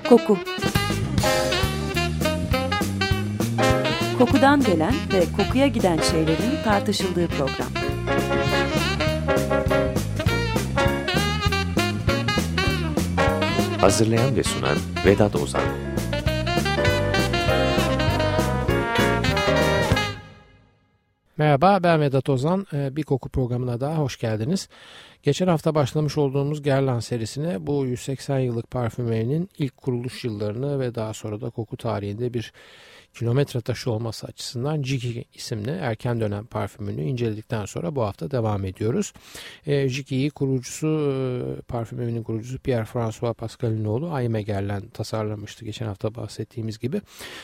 Koku. Kokudan gelen ve kokuya giden şeylerin tartışıldığı program. Hazırlayan ve sunan Vedat Ozan. Merhaba, ben Vedat Ozan. Bir koku programına daha hoş geldiniz. Geçen hafta başlamış olduğumuz Guerlain serisine bu 180 yıllık parfümerinin ilk kuruluş yıllarını ve daha sonra da koku tarihinde bir kilometre taşı olması açısından Jiki isimli erken dönem parfümünü inceledikten sonra bu hafta devam ediyoruz. Jiki'yi parfümünün kurucusu Pierre-François Pascal'in oğlu Aimé Guerlain tasarlamıştı geçen hafta bahsettiğimiz gibi.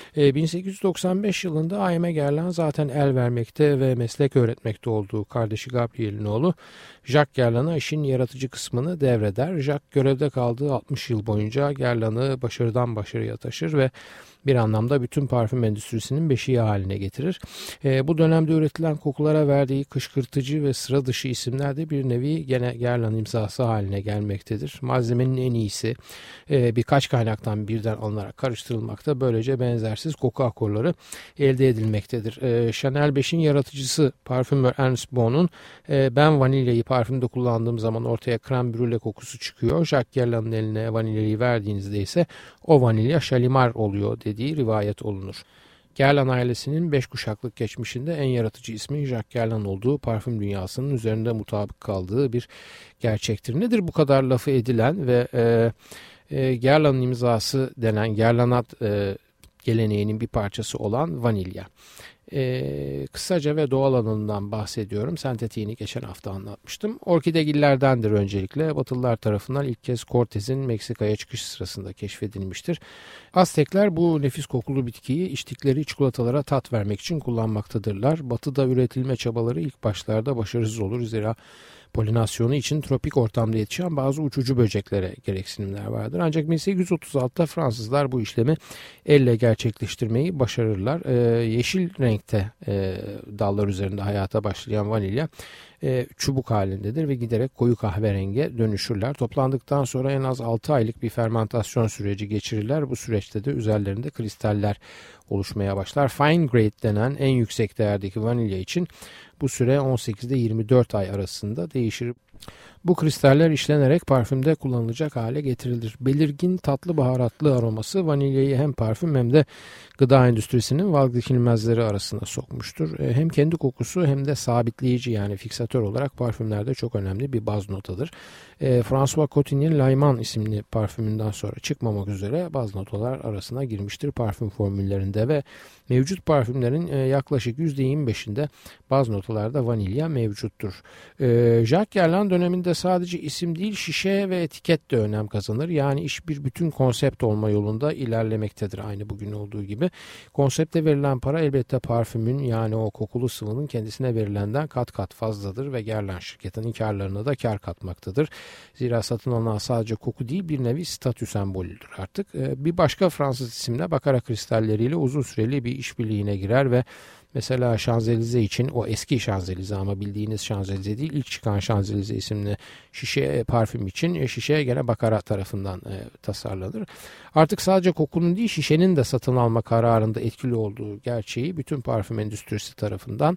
1895 yılında Aimé Guerlain zaten el vermekte ve meslek öğretmekte olduğu kardeşi Gabriel'in oğlu Jacques Guerlain'a işin yaratıcı kısmını devreder. Jacques görevde kaldığı 60 yıl boyunca Guerlain'ı başarıdan başarıya taşır ve bir anlamda bütün parfüm endüstrisinin beşiği haline getirir. Bu dönemde üretilen kokulara verdiği kışkırtıcı ve sıra dışı isimler de bir nevi gene Guerlain imzası haline gelmektedir. Malzemenin en iyisi birkaç kaynaktan birden alınarak karıştırılmakta. Böylece benzersiz koku akorları elde edilmektedir. Chanel 5'in yaratıcısı parfümör Ernest Bon'un ben vanilyayı parfümde kullandığım zaman ortaya krem brûlée kokusu çıkıyor. Jacques Guerlain'in eline vanilyayı verdiğinizde ise o vanilya Shalimar oluyor dediği rivayet olunur. Guerlain ailesinin 5 kuşaklık geçmişinde en yaratıcı ismin Jacques Guerlain olduğu parfüm dünyasının üzerinde mutabık kaldığı bir gerçektir. Nedir bu kadar lafı edilen ve Guerlain'in imzası denen Guerlainat geleneğinin bir parçası olan vanilya? Kısaca ve doğal alanından bahsediyorum. Sentetiğini geçen hafta anlatmıştım. Orkidegillerdendir öncelikle. Batılılar tarafından ilk kez Cortez'in Meksika'ya çıkış sırasında keşfedilmiştir. Aztekler bu nefis kokulu bitkiyi içtikleri çikolatalara tat vermek için kullanmaktadırlar. Batı'da üretilme çabaları ilk başlarda başarısız olur. Zira polinasyonu için tropik ortamda yetişen bazı uçucu böceklere gereksinimler vardır. Ancak 1836'da Fransızlar bu işlemi elle gerçekleştirmeyi başarırlar. Yeşil renkte dallar üzerinde hayata başlayan vanilya çubuk halindedir ve giderek koyu kahverenge dönüşürler. Toplandıktan sonra en az 6 aylık bir fermentasyon süreci geçirirler. Bu süreçte de üzerlerinde kristaller oluşmaya başlar. Fine grade denen en yüksek değerdeki vanilya için bu süre 18 ile 24 ay arasında değişir. Bu kristaller işlenerek parfümde kullanılacak hale getirilir. Belirgin tatlı baharatlı aroması vanilyayı hem parfüm hem de gıda endüstrisinin vazgeçilmezleri arasına sokmuştur. Hem kendi kokusu hem de sabitleyici yani fiksatör olarak parfümlerde çok önemli bir baz notadır. François Cotigny'nin Layman isimli parfümünden sonra çıkmamak üzere baz notalar arasına girmiştir parfüm formüllerinde ve mevcut parfümlerin yaklaşık %25'inde baz notalarda vanilya mevcuttur. Jacques Guerlain döneminde sadece isim değil şişe ve etiket de önem kazanır. Yani iş bir bütün konsept olma yolunda ilerlemektedir aynı bugün olduğu gibi. Konsepte verilen para elbette parfümün yani o kokulu sıvının kendisine verilenden kat kat fazladır ve Guerlain şirketinin karlarına da kar katmaktadır. Zira satın alınan sadece koku değil bir nevi statü sembolüdür artık. Bir başka Fransız isimle bakara kristalleriyle uzun süreli bir işbirliğine girer ve mesela Şanzelize için o eski Şanzelize ama bildiğiniz Şanzelize değil ilk çıkan Şanzelize isimli şişe parfüm için şişe gene bakara tarafından tasarlanır. Artık sadece kokunun değil şişenin de satın alma kararında etkili olduğu gerçeği bütün parfüm endüstrisi tarafından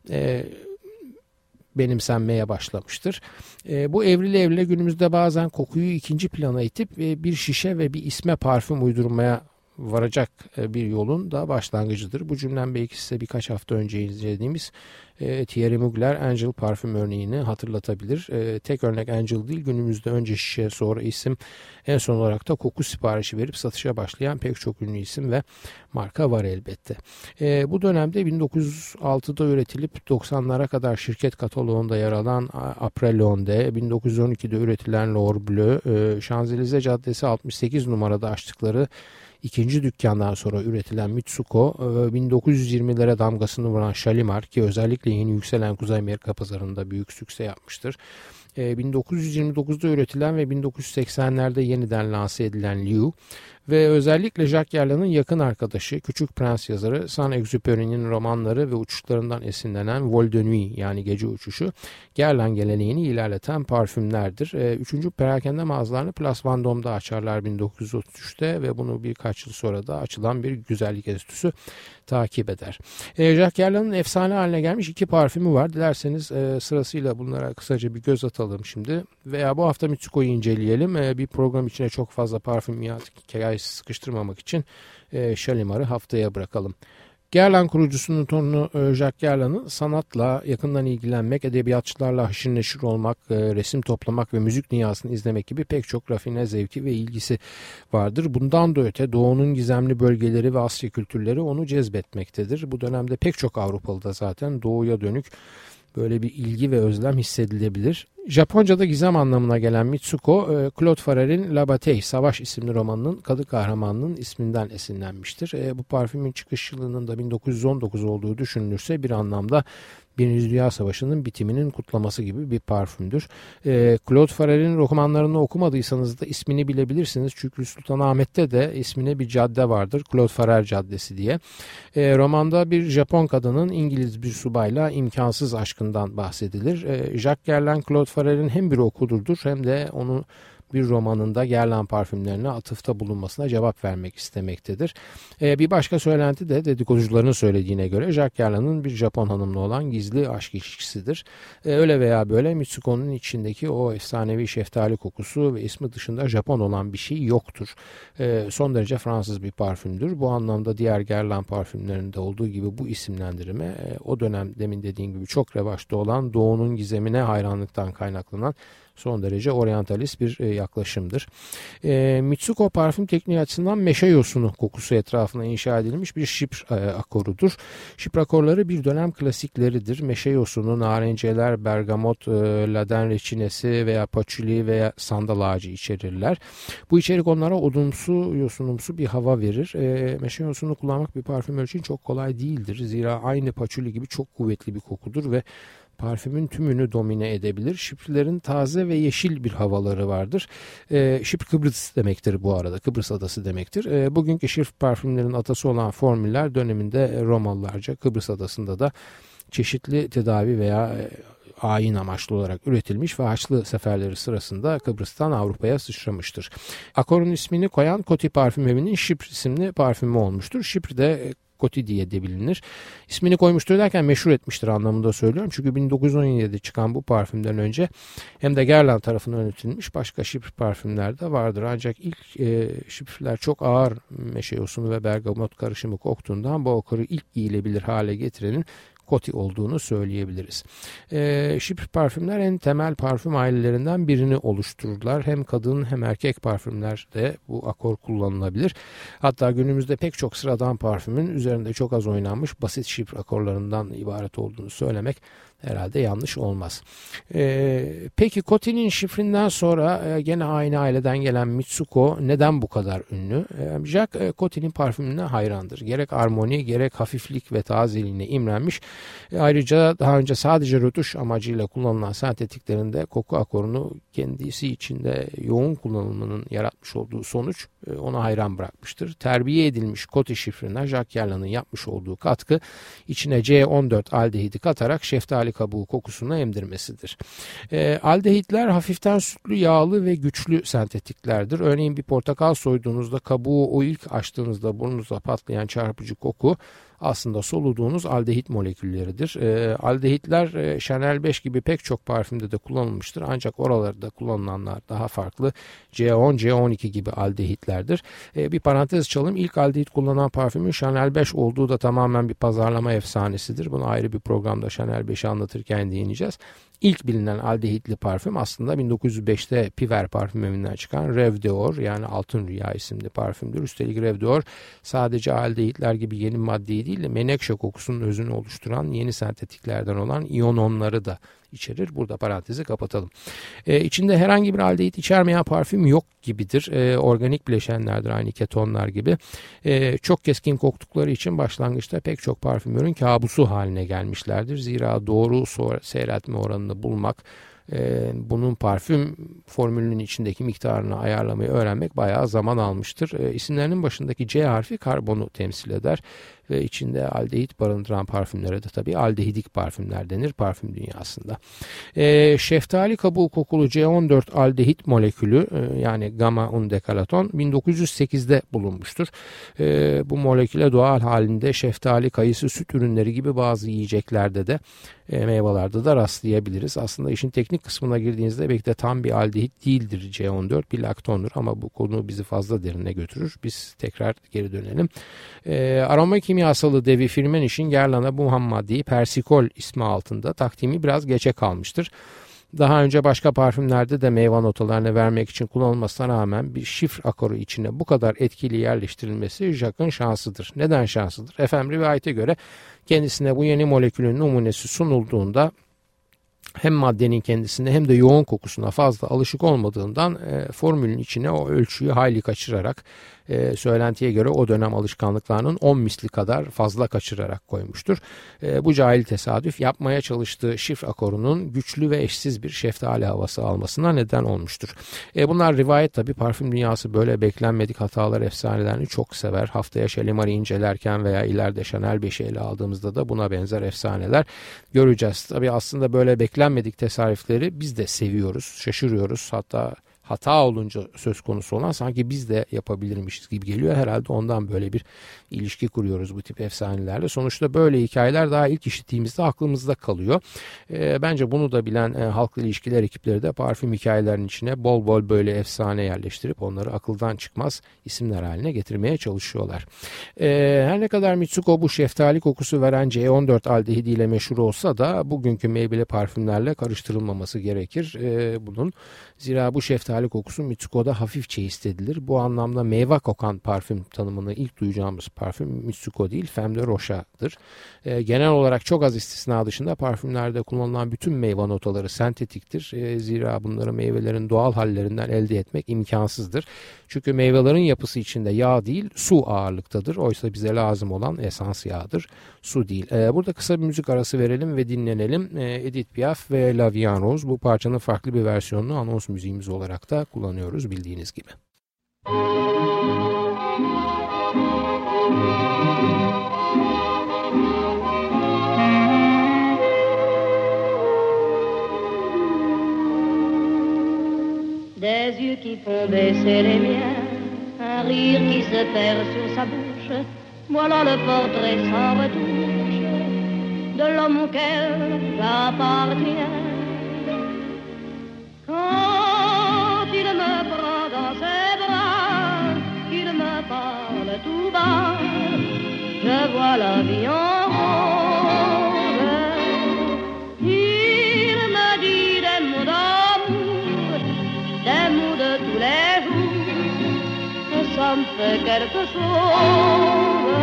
benimsenmeye başlamıştır. Bu evrile günümüzde bazen kokuyu ikinci plana itip bir şişe ve bir isme parfüm uydurmaya varacak bir yolun da başlangıcıdır. Bu cümlem belki size birkaç hafta önce izlediğimiz Thierry Mugler Angel parfüm örneğini hatırlatabilir. Tek örnek Angel değil günümüzde önce şişe sonra isim en son olarak da koku siparişi verip satışa başlayan pek çok ünlü isim ve marka var elbette. Bu dönemde 1906'da üretilip 90'lara kadar şirket kataloğunda yer alan Après L'Onde, 1912'de üretilen L'Or Bleu, Şanzelize Caddesi 68 numarada açtıkları İkinci dükkandan sonra üretilen Mitsuko, 1920'lere damgasını vuran Shalimar ki özellikle yeni yükselen Kuzey Amerika pazarında büyük sükse yapmıştır. 1929'da üretilen ve 1980'lerde yeniden lanse edilen Liu ve özellikle Jacques Gerland'ın yakın arkadaşı, Küçük Prens yazarı Saint-Exupéry'nin romanları ve uçuşlarından esinlenen Vol de Nuit yani gece uçuşu, Gerland geleneğini ilerleten parfümlerdir. Üçüncü perakende mağazalarını Place Vendôme'da açarlar 1933'te ve bunu birkaç yıl sonra da açılan bir güzellik enstitüsü takip eder. Jacques Gerland'ın efsane haline gelmiş 2 parfümü var. Dilerseniz sırasıyla bunlara kısaca bir göz atalım şimdi. Veya bu hafta Mitsuko'yu inceleyelim. Bir program içine çok fazla parfüm hikayesi sıkıştırmamak için Şalimar'ı haftaya bırakalım. Gerland kurucusunun torunu Jacques Gerland'ın sanatla yakından ilgilenmek, edebiyatçılarla haşır neşir olmak, resim toplamak ve müzik dünyasını izlemek gibi pek çok rafine zevki ve ilgisi vardır. Bundan da öte Doğu'nun gizemli bölgeleri ve Asya kültürleri onu cezbetmektedir. Bu dönemde pek çok Avrupalı'da zaten Doğu'ya dönük böyle bir ilgi ve özlem hissedilebilir. Japonca'da gizem anlamına gelen Mitsuko, Claude Farrell'in La Bataille, Savaş isimli romanının kadın kahramanının isminden esinlenmiştir. Bu parfümün çıkış yılının da 1919 olduğu düşünülürse bir anlamda Birinci Dünya Savaşı'nın bitiminin kutlaması gibi bir parfümdür. Claude Farrell'in romanlarını okumadıysanız da ismini bilebilirsiniz. Çünkü Sultanahmet'te de ismine bir cadde vardır. Claude Farrell Caddesi diye. Romanda bir Japon kadının İngiliz bir subayla imkansız aşkından bahsedilir. Jacques Gerland, Claude Farrell'in hem bir okududur hem de onu bir romanında Gerland parfümlerine atıfta bulunmasına cevap vermek istemektedir. Bir başka söylenti de dedikoducuların söylediğine göre Jacques Gerland'ın bir Japon hanımla olan gizli aşk ilişkisidir. Öyle veya böyle Mitsuko'nun içindeki o efsanevi şeftali kokusu ve ismi dışında Japon olan bir şey yoktur. Son derece Fransız bir parfümdür. Bu anlamda diğer Gerland parfümlerinde olduğu gibi bu isimlendirme o dönem demin dediğim gibi çok revaçta olan Doğu'nun gizemine hayranlıktan kaynaklanan son derece oryantalist bir yaklaşımdır. Mitsuko parfüm tekniği açısından meşe yosunu kokusu etrafına inşa edilmiş bir şipr akorudur. Şipr akorları bir dönem klasikleridir. Meşe yosunu, narenciyeler, bergamot, laden reçinesi veya paçuli veya sandal ağacı içerirler. Bu içerik onlara odunsu, yosunumsu bir hava verir. Meşe yosunu kullanmak bir parfümör için çok kolay değildir. Zira aynı paçuli gibi çok kuvvetli bir kokudur ve parfümün tümünü domine edebilir. Şiprlerin taze ve yeşil bir havaları vardır. Şipr Kıbrıs demektir bu arada. Kıbrıs adası demektir. Bugünkü şirf parfümlerin atası olan formüller döneminde Romalılarca Kıbrıs adasında da çeşitli tedavi veya ayin amaçlı olarak üretilmiş ve Haçlı seferleri sırasında Kıbrıs'tan Avrupa'ya sıçramıştır. Akorun ismini koyan Coty Parfüm Evi'nin Şipr isimli parfümü olmuştur. Şipr de Coty diye de bilinir. İsmini koymuştur derken meşhur etmiştir anlamında söylüyorum. Çünkü 1917'de çıkan bu parfümden önce hem de Gerland tarafından üretilmiş başka şipr parfümler de vardır. Ancak ilk şiprler çok ağır meşe yosunu ve bergamot karışımı koktuğundan bu akoru ilk giyilebilir hale getirenin Coty olduğunu söyleyebiliriz. Şipr parfümler en temel parfüm ailelerinden birini oluştururlar. Hem kadın hem erkek parfümlerde bu akor kullanılabilir. Hatta günümüzde pek çok sıradan parfümün üzerinde çok az oynanmış basit şipr akorlarından ibaret olduğunu söylemek herhalde yanlış olmaz. Peki Coty'nin şifrinden sonra gene aynı aileden gelen Mitsuko neden bu kadar ünlü? Jacques Coty'nin parfümüne hayrandır. Gerek armoni gerek hafiflik ve tazeliğine imrenmiş. Ayrıca daha önce sadece rötuş amacıyla kullanılan sentetiklerinde koku akorunu kendisi içinde yoğun kullanımının yaratmış olduğu sonuç ona hayran bırakmıştır. Terbiye edilmiş Coty şifrine Jacques Gerland'ın yapmış olduğu katkı içine C14 aldehidi katarak şeftali kabuğu kokusunu emdirmesidir. Aldehitler hafiften sütlü, yağlı ve güçlü sentetiklerdir. Örneğin bir portakal soyduğunuzda kabuğu o ilk açtığınızda burnunuzda patlayan çarpıcı koku aslında soluduğunuz aldehit molekülleridir. Aldehitler Chanel 5 gibi pek çok parfümde de kullanılmıştır. Ancak oralarda kullanılanlar daha farklı. C10, C12 gibi aldehitlerdir. Bir parantez açalım. İlk aldehit kullanan parfümün Chanel 5 olduğu da tamamen bir pazarlama efsanesidir. Bunu ayrı bir programda Chanel 5'i anlatırken değineceğiz. İlk bilinen aldehitli parfüm aslında 1905'te Piver parfüm evinden çıkan Rêve d'Or yani Altın Rüya isimli parfümdür. Üstelik Rêve d'Or sadece aldehitler gibi yeni maddeyi değil de menekşe kokusunun özünü oluşturan yeni sentetiklerden olan iyononları da içerir. Burada parantezi kapatalım. İçinde herhangi bir aldehit içermeyen parfüm yok gibidir. Organik bileşenlerdir aynı ketonlar gibi. Çok keskin koktukları için başlangıçta pek çok parfümörün kabusu haline gelmişlerdir. Zira doğru seyreltme oranını bulmak Bunun parfüm formülünün içindeki miktarını ayarlamayı öğrenmek bayağı zaman almıştır. İsimlerinin başındaki C harfi karbonu temsil eder ve içinde aldehit barındıran parfümlere de tabii aldehidik parfümler denir parfüm dünyasında. Şeftali kabuğu kokulu C14 aldehit molekülü yani gamma undekalaton 1908'de bulunmuştur. Bu moleküle doğal halinde şeftali, kayısı, süt ürünleri gibi bazı yiyeceklerde de meyvelerde de rastlayabiliriz. Aslında işin teknik kısmına girdiğinizde belki de tam bir aldehit değildir C14, bir laktondur ama bu konu bizi fazla derine götürür. Biz tekrar geri dönelim. Aroma kimyasalı devi Firmenish'in Guerlain'a bu ham maddeyi persikol ismi altında takdimi biraz geçe kalmıştır. Daha önce başka parfümlerde de meyve notalarını vermek için kullanılmasına rağmen bir şifre akoru içine bu kadar etkili yerleştirilmesi Jacques'ın şansıdır. Neden şansıdır? Efendim rivayete göre kendisine bu yeni molekülün numunesi sunulduğunda hem maddenin kendisine hem de yoğun kokusuna fazla alışık olmadığından formülün içine o ölçüyü hayli kaçırarak söylentiye göre o dönem alışkanlıklarının 10 misli kadar fazla kaçırarak koymuştur. Bu cahil tesadüf yapmaya çalıştığı şifre akorunun güçlü ve eşsiz bir şeftali havası almasına neden olmuştur. Bunlar rivayet tabi, parfüm dünyası böyle beklenmedik hatalar efsanelerini çok sever. Haftaya Şalimar'ı incelerken veya ileride Chanel 5'i ele aldığımızda da buna benzer efsaneler göreceğiz. Tabi aslında böyle beklenmedik tesadüfleri biz de seviyoruz, şaşırıyoruz, hatta hata olunca söz konusu olan sanki biz de yapabilirmişiz gibi geliyor. Herhalde ondan böyle bir ilişki kuruyoruz bu tip efsanelerle. Sonuçta böyle hikayeler daha ilk işittiğimizde aklımızda kalıyor. Bence bunu da bilen halkla ilişkiler ekipleri de parfüm hikayelerinin içine bol bol böyle efsane yerleştirip onları akıldan çıkmaz isimler haline getirmeye çalışıyorlar. Her ne kadar Mitsuko bu şeftali kokusu veren C14 aldehidiyle meşhur olsa da bugünkü meybeli parfümlerle karıştırılmaması gerekir bunun. Zira bu şeftali kokusu Mitsuko'da hafifçe hissedilir. Bu anlamda meyve kokan parfüm tanımını ilk duyacağımız parfüm Mitsuko değil, Femme de Rocha'dır. Genel olarak çok az istisna dışında parfümlerde kullanılan bütün meyve notaları sentetiktir. Zira bunları meyvelerin doğal hallerinden elde etmek imkansızdır. Çünkü meyvelerin yapısı içinde yağ değil, su ağırlıktadır. Oysa bize lazım olan esans yağıdır, su değil. Burada kısa bir müzik arası verelim ve dinlenelim. Edith Piaf ve La Vie en Rose bu parçanın farklı bir versiyonunu anons müziğimiz olarak da kullanıyoruz bildiğiniz gibi. Des yeux qui font baisser les miens, un rire qui se perd sur sa bouche, voilà le portrait sans retouche de l'homme auquel j'appartiens. Quand il me prend dans ses bras, qu'il me parle tout bas, je vois la vie en rose. Il me dit des mots d'amour, des mots de tous les jours, et ça me fait quelque chose.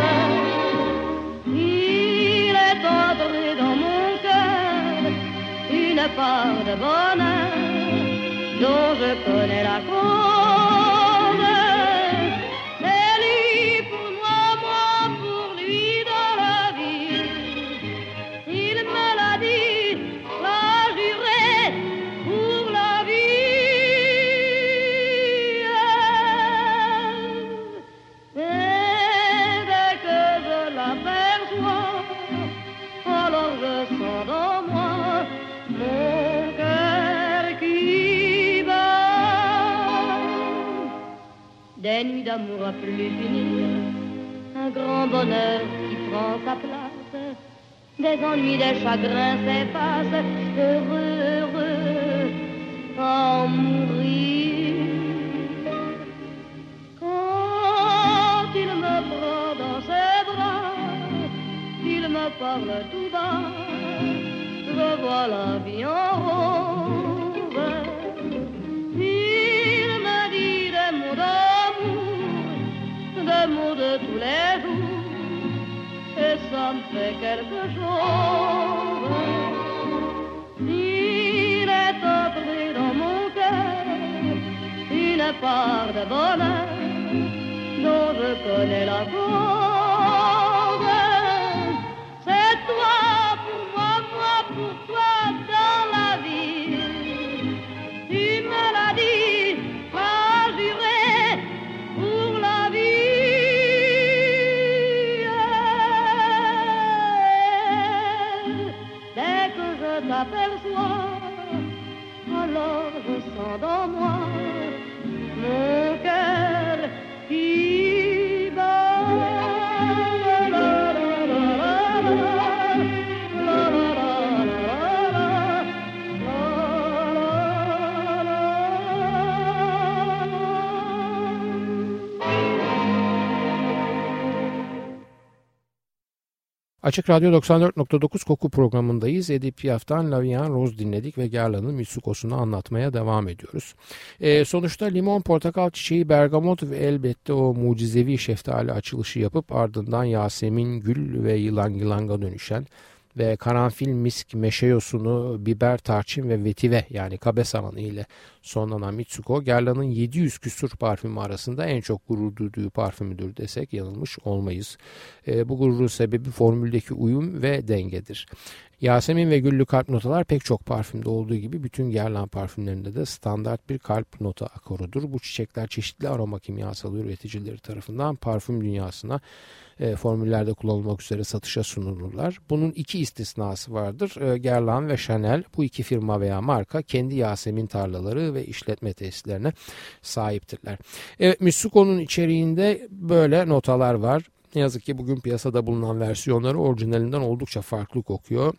Il est entré dans mon cœur une part de bonheur dont je connais la cause. C'est lui pour moi, moi pour lui dans la vie. Il me l'a dit, l'a juré pour la vie. Et dès que je l'aperçois, alors je sens dans moi mon cœur qui bat. Des nuits d'amour à plus finir, un grand bonheur qui prend sa place, des ennuis, des chagrins s'effacent, heureux, heureux, à en mourir. Quand il me prend dans ses bras, il me parle tout bas, je vois la vie en rose. Il me dit des mots d'amour, des mots de tous les jours, et ça me fait quelque chose. Il est entré dans mon cœur une part de bonheur dont je connais la cause. C'est toi pour moi, moi pour toi dans la vie. t'aperçois, alors je sens dans moi mon cœur qui bat. Açık Radyo 94.9 Koku programındayız. Edith Piaf'tan La Vie en Rose dinledik ve Gerla'nın Mitsuko'sunu anlatmaya devam ediyoruz. Sonuçta limon, portakal çiçeği, bergamot ve elbette o mucizevi şeftali açılışı yapıp ardından Yasemin, gül ve yılan yılanga dönüşen ve karanfil, misk, meşe yosunu, biber, tarçın ve vetive yani kabe samanı ile sonlanan Mitsuko, Gerla'nın 700 küsur parfümü arasında en çok gurur duyduğu parfümüdür desek yanılmış olmayız. Bu gururun sebebi formüldeki uyum ve dengedir. Yasemin ve güllü kalp notalar pek çok parfümde olduğu gibi bütün Guerlain parfümlerinde de standart bir kalp nota akorudur. Bu çiçekler çeşitli aroma kimyasalı üreticileri tarafından parfüm dünyasına formüllerde kullanılmak üzere satışa sunulurlar. Bunun iki istisnası vardır. Guerlain ve Chanel, bu iki firma veya marka kendi Yasemin tarlaları ve işletme tesislerine sahiptirler. Evet, Mitsuko'nun içeriğinde böyle notalar var. Ne yazık ki bugün piyasada bulunan versiyonları orijinalinden oldukça farklı kokuyor.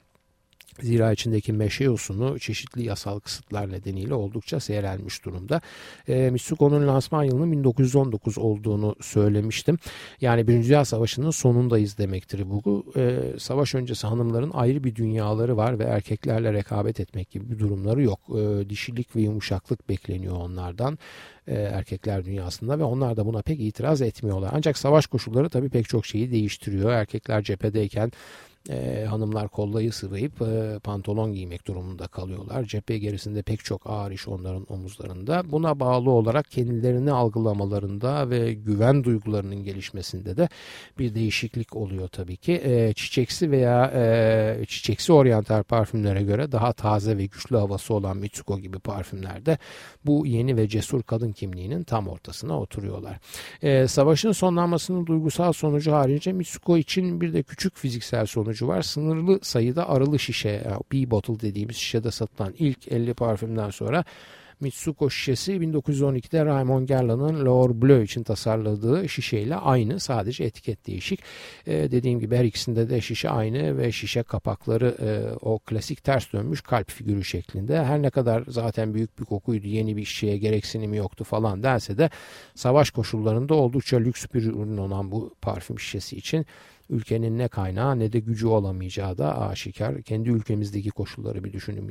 Zira içindeki meşe yosunu çeşitli yasal kısıtlar nedeniyle oldukça seyrelmiş durumda. Mitsuko'nun lansman yılının 1919 olduğunu söylemiştim. Yani Birinci Dünya Savaşı'nın sonundayız demektir bu. Savaş öncesi hanımların ayrı bir dünyaları var ve erkeklerle rekabet etmek gibi bir durumları yok. Dişilik ve yumuşaklık bekleniyor onlardan erkekler dünyasında ve onlar da buna pek itiraz etmiyorlar. Ancak savaş koşulları tabii pek çok şeyi değiştiriyor. Erkekler cephedeyken hanımlar kollayı sıvayıp pantolon giymek durumunda kalıyorlar. Cephe gerisinde pek çok ağır iş onların omuzlarında. Buna bağlı olarak kendilerini algılamalarında ve güven duygularının gelişmesinde de bir değişiklik oluyor tabii ki. Çiçeksi veya çiçeksi oryantal parfümlere göre daha taze ve güçlü havası olan Mitsuko gibi parfümlerde bu yeni ve cesur kadın kimliğinin tam ortasına oturuyorlar. Savaşın sonlanmasının duygusal sonucu harici Mitsuko için bir de küçük fiziksel sonucu var. Sınırlı sayıda arılı şişe, B-bottle dediğimiz şişede satılan ilk 50 parfümden sonra Mitsuko şişesi 1912'de Raymond Guerlain'ın L'Or Bleu için tasarladığı şişeyle aynı, sadece etiket değişik. Dediğim gibi her ikisinde de şişe aynı ve şişe kapakları o klasik ters dönmüş kalp figürü şeklinde. Her ne kadar zaten büyük bir kokuydu, yeni bir şişeye gereksinimi yoktu falan dense de savaş koşullarında oldukça lüks bir ürün olan bu parfüm şişesi için ülkenin ne kaynağı ne de gücü olamayacağı da aşikar. Kendi ülkemizdeki koşulları bir düşünün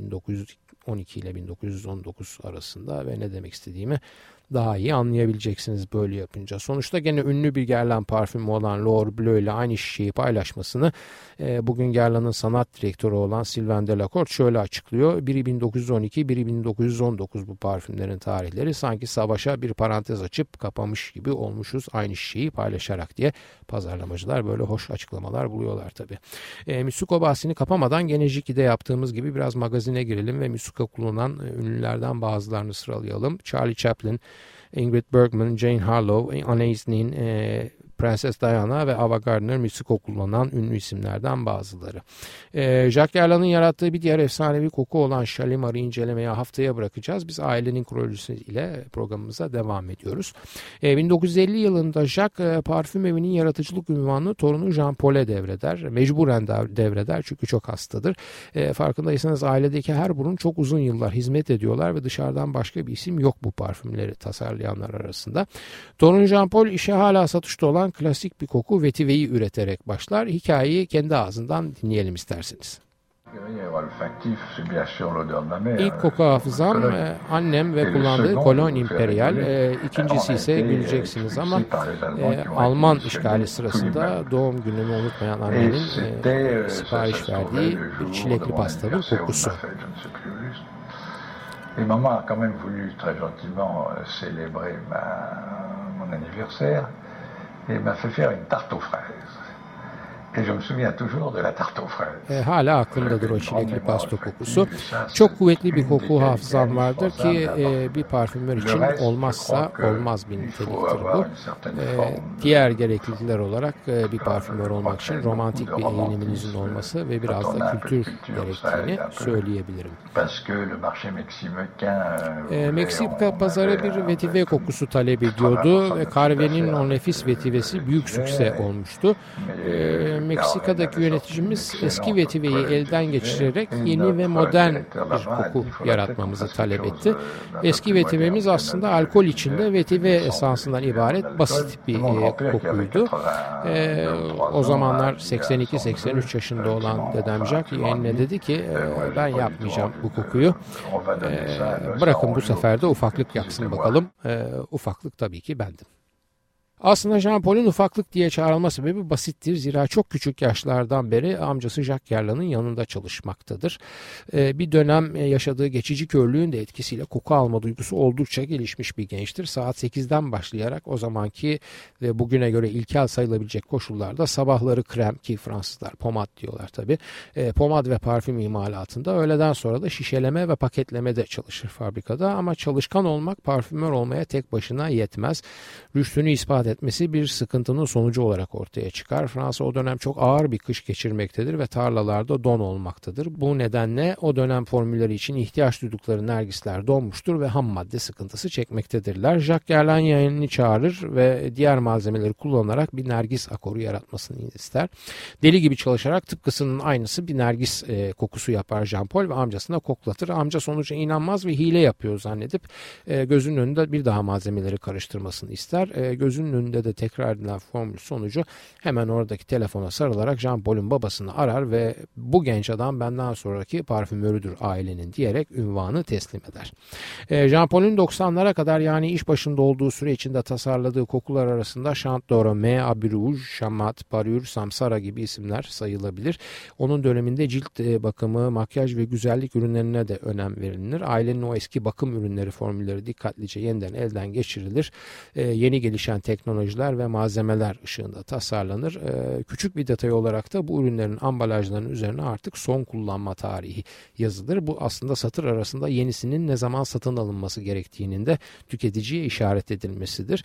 1912 ile 1919 arasında ve ne demek istediğimi daha iyi anlayabileceksiniz böyle yapınca. Sonuçta gene ünlü bir Guerlain parfümü olan L'Or Bleu ile aynı şişeyi paylaşmasını bugün Guerlain'ın sanat direktörü olan Sylvain Delacourt şöyle açıklıyor. Biri 1912, biri 1919 bu parfümlerin tarihleri. Sanki savaşa bir parantez açıp kapamış gibi olmuşuz aynı şişeyi paylaşarak diye pazarlamacılar böyle hoş açıklamalar buluyorlar tabii. Mitsuko bahsini kapamadan gene Jiki'de yaptığımız gibi biraz magazine girelim ve Mitsuko kullanan ünlülerden bazılarını sıralayalım. Charlie Chaplin, Ingrid Bergman, Jane Harlow, Anne Isnin, Prenses Diana ve Ava Gardner Mitsuko kullanan ünlü isimlerden bazıları. Jacques Guerlain'ın yarattığı bir diğer efsanevi koku olan Shalimar'ı incelemeye haftaya bırakacağız. Biz ailenin kronolojisi ile programımıza devam ediyoruz. 1950 yılında Jacques parfüm evinin yaratıcılık unvanını torunu Jean Paul'e devreder. Mecburen devreder çünkü çok hastadır. Farkındaysanız ailedeki her burun çok uzun yıllar hizmet ediyorlar ve dışarıdan başka bir isim yok bu parfümleri tasarlayanlar arasında. Torun Jean Paul işe hala satışta olan klasik bir koku vetiveyi üreterek başlar. Hikayeyi kendi ağzından dinleyelim isterseniz. İlk koku hafızam annem ve kullandığı Kolon Imperial. İkincisi ise güleceksiniz ama Alman işgali sırasında doğum günümü unutmayan annemin sipariş verdiği bir çilekli pastanın kokusu. Et maman a quand même voulu très gentiment célébrer mon anniversaire et m'a fait faire une tarte aux fraises. Et je me souviens toujours de la tarte aux fraises. Hala aklımdadır o çilekli pasto kokusu. Çok kuvvetli bir koku hafızam vardır ki bir parfümör için olmazsa olmaz bir niteliktir bu. Diğer gereklilikler olarak bir parfümör olmak için romantik bir eğiliminizin olması ve biraz da kültür gerektiğini söyleyebilirim. Meksika pazarı bir vetiver kokusu talep ediyordu ve Carvé'nin o nefis vetivesi büyük sükse olmuştu. Meksika'daki yöneticimiz eski vetiveyi elden geçirerek yeni ve modern bir koku yaratmamızı talep etti. Eski vetivemiz aslında alkol içinde vetive esansından ibaret basit bir kokuydu. O zamanlar 82-83 yaşında olan dedem Jacques yeğenine dedi ki ben yapmayacağım bu kokuyu. Bırakın bu sefer de ufaklık yaksın bakalım. Ufaklık tabii ki bendim. Aslında Jean Paul'un ufaklık diye çağrılma sebebi basittir. Zira çok küçük yaşlardan beri amcası Jacques Guerlain'in yanında çalışmaktadır. Bir dönem yaşadığı geçici körlüğün de etkisiyle koku alma duygusu oldukça gelişmiş bir gençtir. Saat 8'den başlayarak o zamanki ve bugüne göre ilkel sayılabilecek koşullarda sabahları krem, ki Fransızlar pomad diyorlar tabii. Pomad ve parfüm imalatında, öğleden sonra da şişeleme ve paketlemede çalışır fabrikada. Ama çalışkan olmak parfümör olmaya tek başına yetmez. Rüştünü ispat etmesi bir sıkıntının sonucu olarak ortaya çıkar. Fransa o dönem çok ağır bir kış geçirmektedir ve tarlalarda don olmaktadır. Bu nedenle o dönem formülleri için ihtiyaç duydukları nergisler donmuştur ve ham madde sıkıntısı çekmektedirler. Jacques Guerlain yeğenini çağırır ve diğer malzemeleri kullanarak bir nergis akoru yaratmasını ister. Deli gibi çalışarak tıpkısının aynısı bir nergis kokusu yapar Jean Paul ve amcasına koklatır. Amca sonuca inanmaz ve hile yapıyor zannedip gözünün önünde bir daha malzemeleri karıştırmasını ister. Gözünün önünde de tekrar edilen formül sonucu hemen oradaki telefona sarılarak Jean Paul'un babasını arar ve bu genç adam benden sonraki parfümörüdür ailenin diyerek ünvanı teslim eder. Jean Paul'un 90'lara kadar, yani iş başında olduğu süre içinde tasarladığı kokular arasında Chant d'Arôme, Abbé Rouge, Chamat, Parure, Samsara gibi isimler sayılabilir. Onun döneminde cilt bakımı, makyaj ve güzellik ürünlerine de önem verilir. Ailenin o eski bakım ürünleri formülleri dikkatlice yeniden elden geçirilir. Yeni gelişen teknolojiler ve malzemeler ışığında tasarlanır. Küçük bir detay olarak da bu ürünlerin ambalajlarının üzerine artık son kullanma tarihi yazılır. Bu aslında satır arasında yenisinin ne zaman satın alınması gerektiğinin de tüketiciye işaret edilmesidir.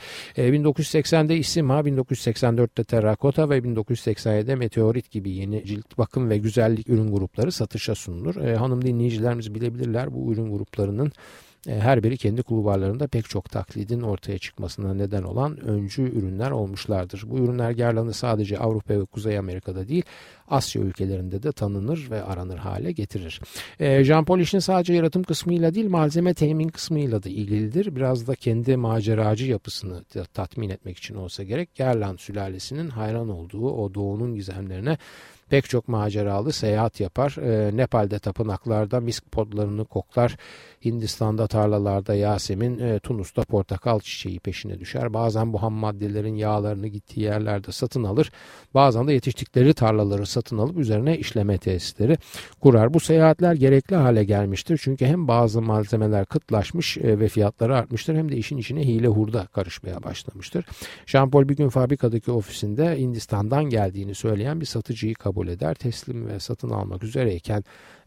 1980'de Issima, 1984'te Terracotta ve 1987'de Meteorit gibi yeni cilt bakım ve güzellik ürün grupları satışa sunulur. Hanım dinleyicilerimiz bilebilirler, bu ürün gruplarının her biri kendi kulvarlarında pek çok taklidin ortaya çıkmasına neden olan öncü ürünler olmuşlardır. Bu ürünler Guerlain'i sadece Avrupa ve Kuzey Amerika'da değil, Asya ülkelerinde de tanınır ve aranır hale getirir. Jean Paul işin sadece yaratım kısmıyla değil, malzeme temin kısmıyla da ilgilidir. Biraz da kendi maceracı yapısını tatmin etmek için olsa gerek, Guerlain sülalesinin hayran olduğu o doğunun gizemlerine pek çok maceralı seyahat yapar. Nepal'de tapınaklarda misk podlarını koklar. Hindistan'da tarlalarda yasemin, Tunus'ta portakal çiçeği peşine düşer. Bazen bu ham maddelerin yağlarını gittiği yerlerde satın alır. Bazen de yetiştikleri tarlaları satın alıp üzerine işleme tesisleri kurar. Bu seyahatler gerekli hale gelmiştir. Çünkü hem bazı malzemeler kıtlaşmış ve fiyatları artmıştır, hem de işin içine hile hurda karışmaya başlamıştır. Jean Paul bir gün fabrikadaki ofisinde Hindistan'dan geldiğini söyleyen bir satıcıyı kabul eder. Teslim ve satın almak üzereyken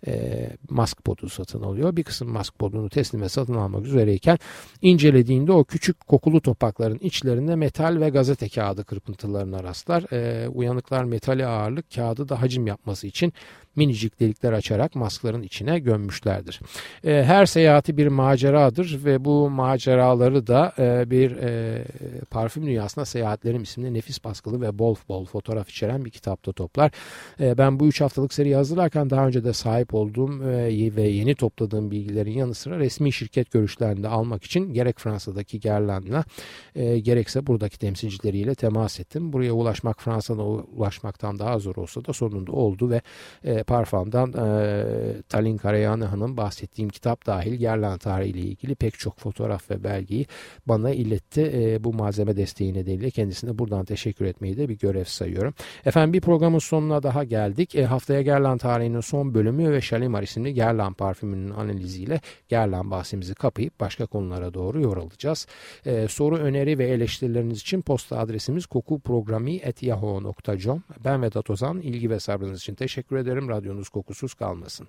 mask podu satın alıyor. Bir kısım mask podunu teslim ve satın almak üzereyken incelediğinde o küçük kokulu topakların içlerinde metal ve gazete kağıdı kırpıntılarına rastlar. Uyanıklar metali ağırlık, kağıdı da hacim yapması için minicik delikler açarak maskların içine gömmüşlerdir. Her seyahati bir maceradır ve bu maceraları da bir parfüm dünyasına Seyahatlerim isimli nefis baskılı ve bol bol fotoğraf içeren bir kitapta toplar. Ben bu 3 haftalık seriyi hazırlarken daha önce de sahip olduğum ve yeni topladığım bilgilerin yanı sıra resmi şirket görüşlerini de almak için gerek Fransa'daki Guerlain'la gerekse buradaki temsilcileriyle temas ettim. Buraya ulaşmak Fransa'da ulaşmaktan daha zor olsa da sonunda oldu ve Parfum'dan Talin Karayanlı'nın bahsettiğim kitap dahil Gerlan tarihi ile ilgili pek çok fotoğraf ve belgeyi bana iletti. Bu malzeme desteği nedeniyle kendisine buradan teşekkür etmeyi de bir görev sayıyorum. Efendim bir programın sonuna daha geldik. Haftaya Gerlan tarihinin son bölümü ve Shalimar isimli Gerlan parfümünün analiziyle Gerlan bahsimizi kapayıp başka konulara doğru yol alacağız. Soru, öneri ve eleştirileriniz için posta adresimiz kokuprogrami@yahoo.com. Ben Vedat Ozan. İlgi ve sabrınız için teşekkür ederim. Radyonuz kokusuz kalmasın.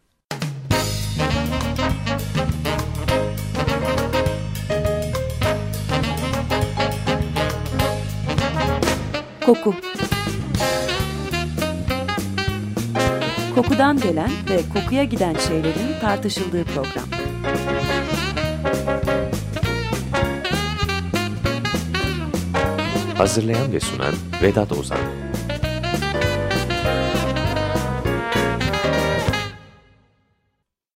Koku. Kokudan gelen ve kokuya giden şeylerin tartışıldığı program. Hazırlayan ve sunan Vedat Ozan.